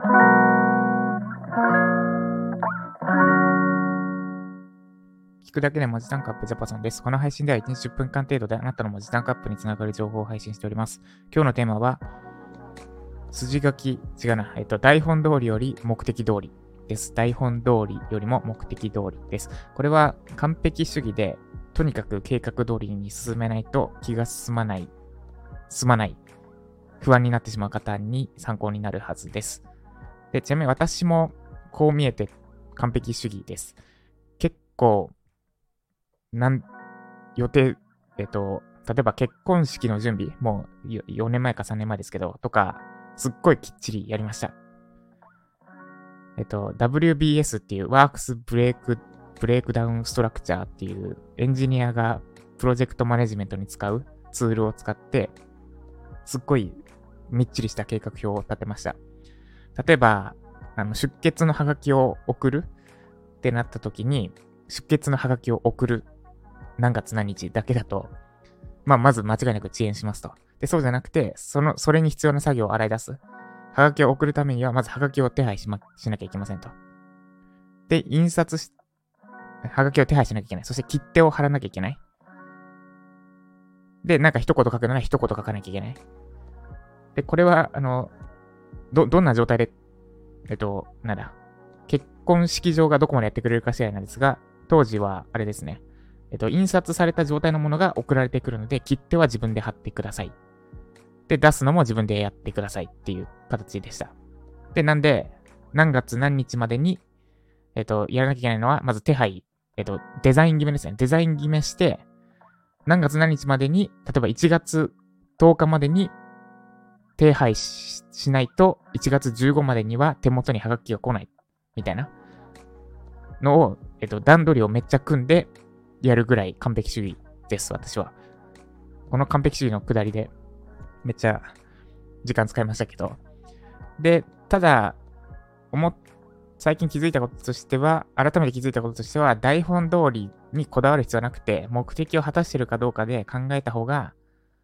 聞くだけで文字タンクアップジャパソンです。この配信では1日10分間程度であなたの文字タンクアップにつながる情報を配信しております。今日のテーマは、台本通りより目的通りです。台本通りよりも目的通りです。これは完璧主義で、とにかく計画通りに進めないと気が進まない、不安になってしまう方に参考になるはずです。で、ちなみに私もこう見えて完璧主義です。結構、予定、例えば結婚式の準備、もう4年前か3年前ですけど、とか、すっごいきっちりやりました。WBS っていう Works Breakdown Structure っていうエンジニアがプロジェクトマネジメントに使うツールを使って、すっごいみっちりした計画表を立てました。例えば、出欠のハガキを送るってなった時に、出欠のハガキを送る何月何日だけだと、まず間違いなく遅延しますと。で、そうじゃなくて、それに必要な作業を洗い出す。ハガキを送るためには、まずハガキを手配しなきゃいけませんと。で、ハガキを手配しなきゃいけない。そして切手を貼らなきゃいけない。で、なんか一言書くなら一言書かなきゃいけない。で、これは、どんな状態で、結婚式場がどこまでやってくれるか次第なんですが、当時は、あれですね。印刷された状態のものが送られてくるので、切手は自分で貼ってください。で、出すのも自分でやってくださいっていう形でした。で、なんで、何月何日までに、やらなきゃいけないのは、まず手配、デザイン決めですね。デザイン決めして、何月何日までに、例えば1月10日までに手配 しないと、1月15までには手元にハガキが来ない。みたいなのを、段取りをめっちゃ組んで、やるぐらい完璧主義です、私は。この完璧主義の下りで、めっちゃ時間使いましたけど。で、ただ、最近改めて気づいたこととしては、台本通りにこだわる必要はなくて、目的を果たしているかどうかで考えた方が、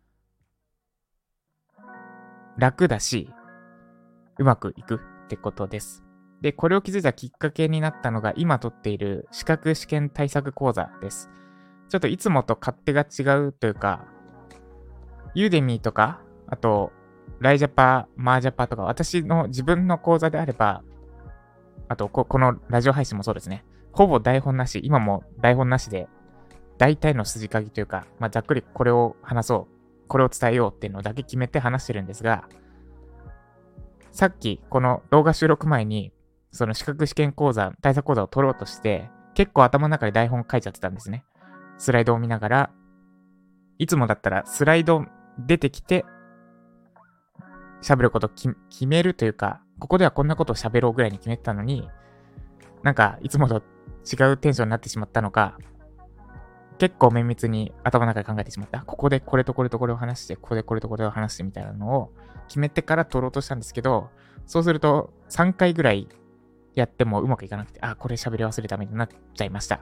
楽だし、うまくいくってことです。で、これを気づいたきっかけになったのが、今取っている資格試験対策講座です。ちょっといつもと勝手が違うというか、ユーデミーとか、あと、ライジャパ、マージャパとか、私の自分の講座であれば、あとこのラジオ配信もそうですね。ほぼ台本なし、今も台本なしで、大体の筋書きというか、ざっくりこれを話そう、これを伝えようっていうのだけ決めて話してるんですが、さっきこの動画収録前に、その資格試験対策講座を取ろうとして、結構頭の中で台本書いちゃってたんですね。スライドを見ながら、いつもだったらスライド出てきて、喋ること決めるというか、ここではこんなことを喋ろうぐらいに決めてたのに、なんかいつもと違うテンションになってしまったのか、結構綿密に頭の中で考えてしまった。ここでこれとこれとこれを話して、ここでこれとこれを話してみたいなのを決めてから取ろうとしたんですけど、そうすると3回ぐらいやってもうまくいかなくて、これ喋り忘れたみたいになっちゃいました。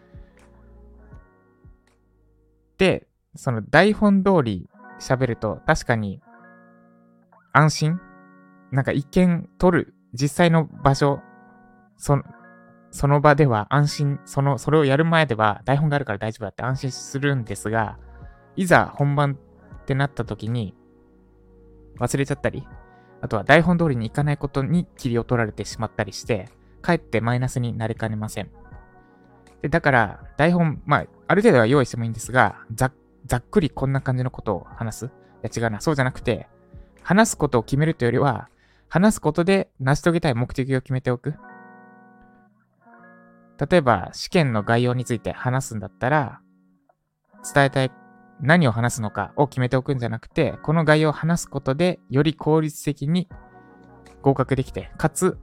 で、その台本通り喋ると確かに安心？なんか一見実際の場所、その場では安心、それをやる前では台本があるから大丈夫だって安心するんですが、いざ本番ってなった時に忘れちゃったり、あとは台本通りにいかないことに切りを取られてしまったりして、かえってマイナスになりかねません。で、だから台本、ある程度は用意してもいいんですが、ざっくりこんな感じのことを話す。いや違うな、そうじゃなくて、話すことを決めるというよりは、話すことで成し遂げたい目的を決めておく。例えば、試験の概要について話すんだったら、伝えたい何を話すのかを決めておくんじゃなくて、この概要を話すことで、より効率的に合格できて、かつ、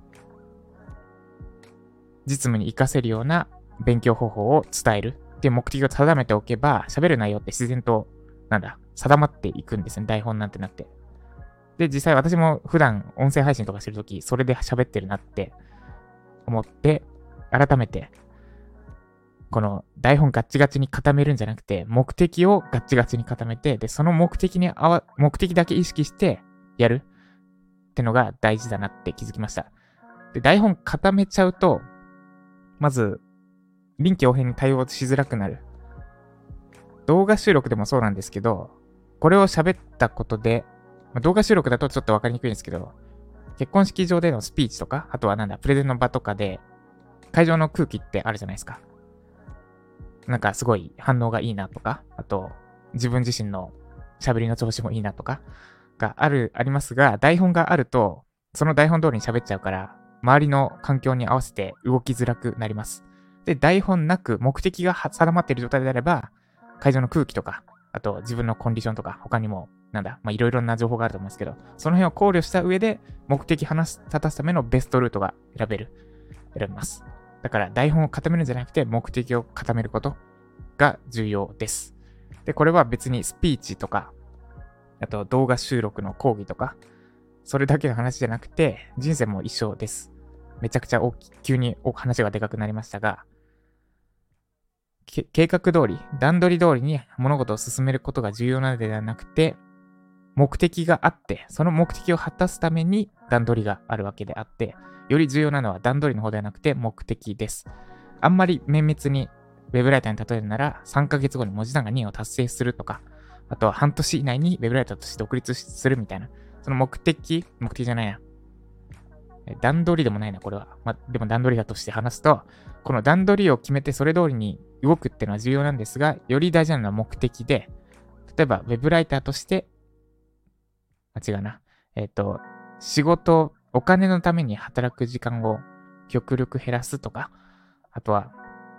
実務に活かせるような勉強方法を伝えるっていう目的を定めておけば、喋る内容って自然と、定まっていくんですね。台本なんてなって。で、実際私も普段音声配信とかしてるとき、それで喋ってるなって思って、改めて、この台本ガッチガチに固めるんじゃなくて、目的をガッチガチに固めて、で、その目的だけ意識してやる。 ってのが大事だなって気づきました。で、台本固めちゃうと、まず、臨機応変に対応しづらくなる。動画収録でもそうなんですけど、これを喋ったことで、動画収録だとちょっとわかりにくいんですけど、結婚式場でのスピーチとか、あとはプレゼンの場とかで、会場の空気ってあるじゃないですか。なんかすごい反応がいいなとか、あと、自分自身の喋りの調子もいいなとか、がありますが、台本があると、その台本通りに喋っちゃうから、周りの環境に合わせて動きづらくなります。で、台本なく目的が定まっている状態であれば、会場の空気とか、あと自分のコンディションとか、他にも、いろいろな情報があると思うんですけど、その辺を考慮した上で、目的立たすためのベストルートが選べます。だから台本を固めるんじゃなくて、目的を固めることが重要です。で、これは別にスピーチとか、あと動画収録の講義とか、それだけの話じゃなくて、人生も一緒です。めちゃくちゃ急に話がでかくなりましたが、計画通り、段取り通りに物事を進めることが重要なのではなくて、目的があって、その目的を果たすために段取りがあるわけであって、より重要なのは段取りの方ではなくて目的です。あんまり綿密にウェブライターに例えるなら、3ヶ月後に文字単価2を達成するとか、あとは半年以内にウェブライターとして独立するみたいな、その目的じゃないな。段取りでもないな、これは。でも段取りだとして話すと、この段取りを決めてそれ通りに動くっていうのは重要なんですが、より大事なのは目的で、例えばウェブライターとして、違うな。仕事、お金のために働く時間を極力減らすとか、あとは、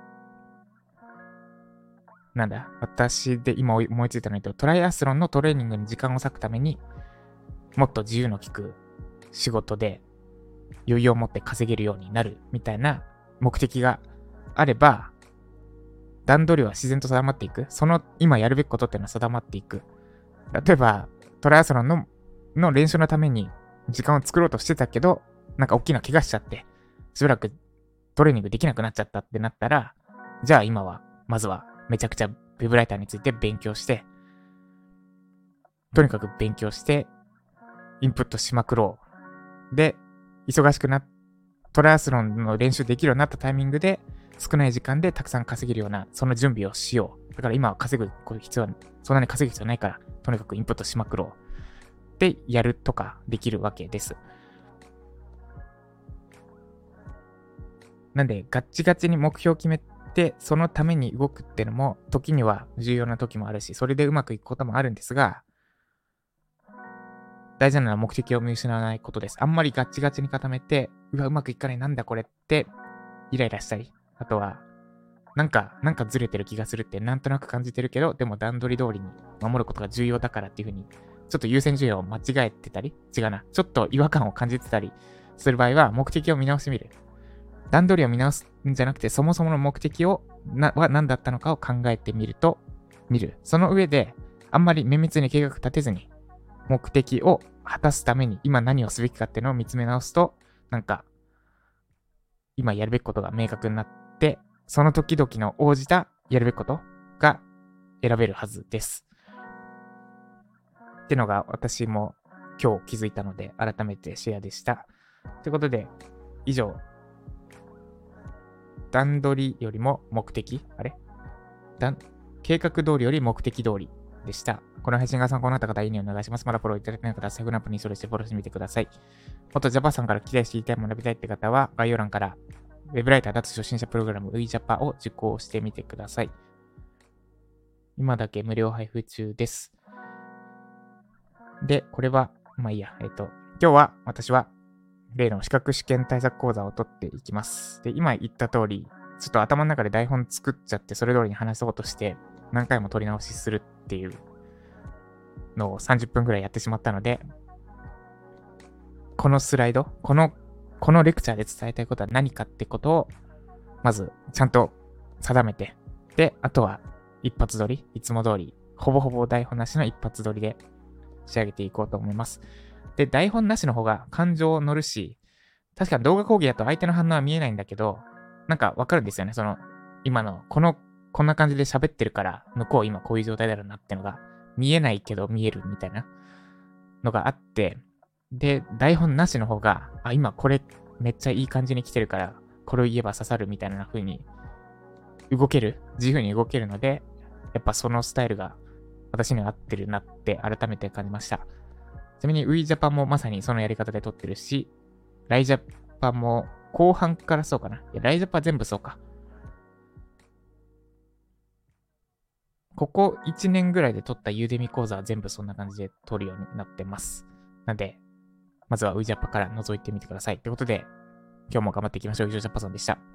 私で今思いついたのにトライアスロンのトレーニングに時間を割くためにもっと自由の利く仕事で余裕を持って稼げるようになるみたいな目的があれば、段取りは自然と定まっていく。その今やるべきことっていうのは定まっていく。例えば、トライアスロンの練習のために時間を作ろうとしてたけど、大きな怪我しちゃって、しばらくトレーニングできなくなっちゃったってなったら、じゃあ今は、まずはめちゃくちゃウェブライターについて勉強して、とにかく勉強して、インプットしまくろう。で、忙しくトライアスロンの練習できるようになったタイミングで、少ない時間でたくさん稼げるような、その準備をしよう。だから今はそんなに稼ぐ必要ないから、とにかくインプットしまくろう。で、やるとかできるわけです。なんで、ガッチガチに目標を決めて、そのために動くっていうのも、時には重要な時もあるし、それでうまくいくこともあるんですが、大事なのは目的を見失わないことです。あんまりガッチガチに固めて、うまくいかない、なんだこれって、イライラしたり、あとは、なんかずれてる気がするってなんとなく感じてるけど、でも段取り通りに守ることが重要だからっていう風に、ちょっと優先順位を間違えてたり、違うな、ちょっと違和感を感じてたりする場合は、目的を見直してみる。段取りを見直すんじゃなくて、そもそもの目的は何だったのかを考えてみる。その上で、あんまり綿密に計画立てずに、目的を果たすために今何をすべきかっていうのを見つめ直すと、今やるべきことが明確になって、その時々の応じたやるべきことが選べるはずです。ってのが私も今日気づいたので、改めてシェアでした。ということで、以上、段取りよりも目的、計画通りより目的通りでした。この配信が参考になった方、いいねお願いします。まだフォローいただけない方は、セーフのアプリにそれしてフォローしてみてください。もっと Java さんから期待していたい学びたいって方は、概要欄からウェブライター脱初心者プログラム WeJapa を受講してみてください。今だけ無料配布中です。で、これは、今日は私は例の資格試験対策講座を取っていきます。で、今言った通り、ちょっと頭の中で台本作っちゃって、それ通りに話そうとして、何回も取り直しするっていうのを30分くらいやってしまったので、このスライド、このレクチャーで伝えたいことは何かってことを、まずちゃんと定めて、で、あとは一発撮り、いつも通り、ほぼほぼ台本なしの一発撮りで仕上げていこうと思います。で、台本なしの方が感情乗るし、確かに動画講義だと相手の反応は見えないんだけど、わかるんですよね。今の、こんな感じで喋ってるから、向こう今こういう状態だろうなってのが、見えないけど見えるみたいなのがあって、 で、台本なしの方が、あ、今これめっちゃいい感じに来てるから、これを言えば刺さるみたいな風に自由に動けるので、やっぱそのスタイルが私には合ってるなって改めて感じました。ちなみに WeJapan もまさにそのやり方で撮ってるし、LINEJapan も後半からそうかな。いや、LINEJapan 全部そうか。ここ1年ぐらいで撮ったユーデミ講座は全部そんな感じで撮るようになってます。なんで、まずは WeJapan から覗いてみてください。ってことで、今日も頑張っていきましょう。以上、ジャパソンでした。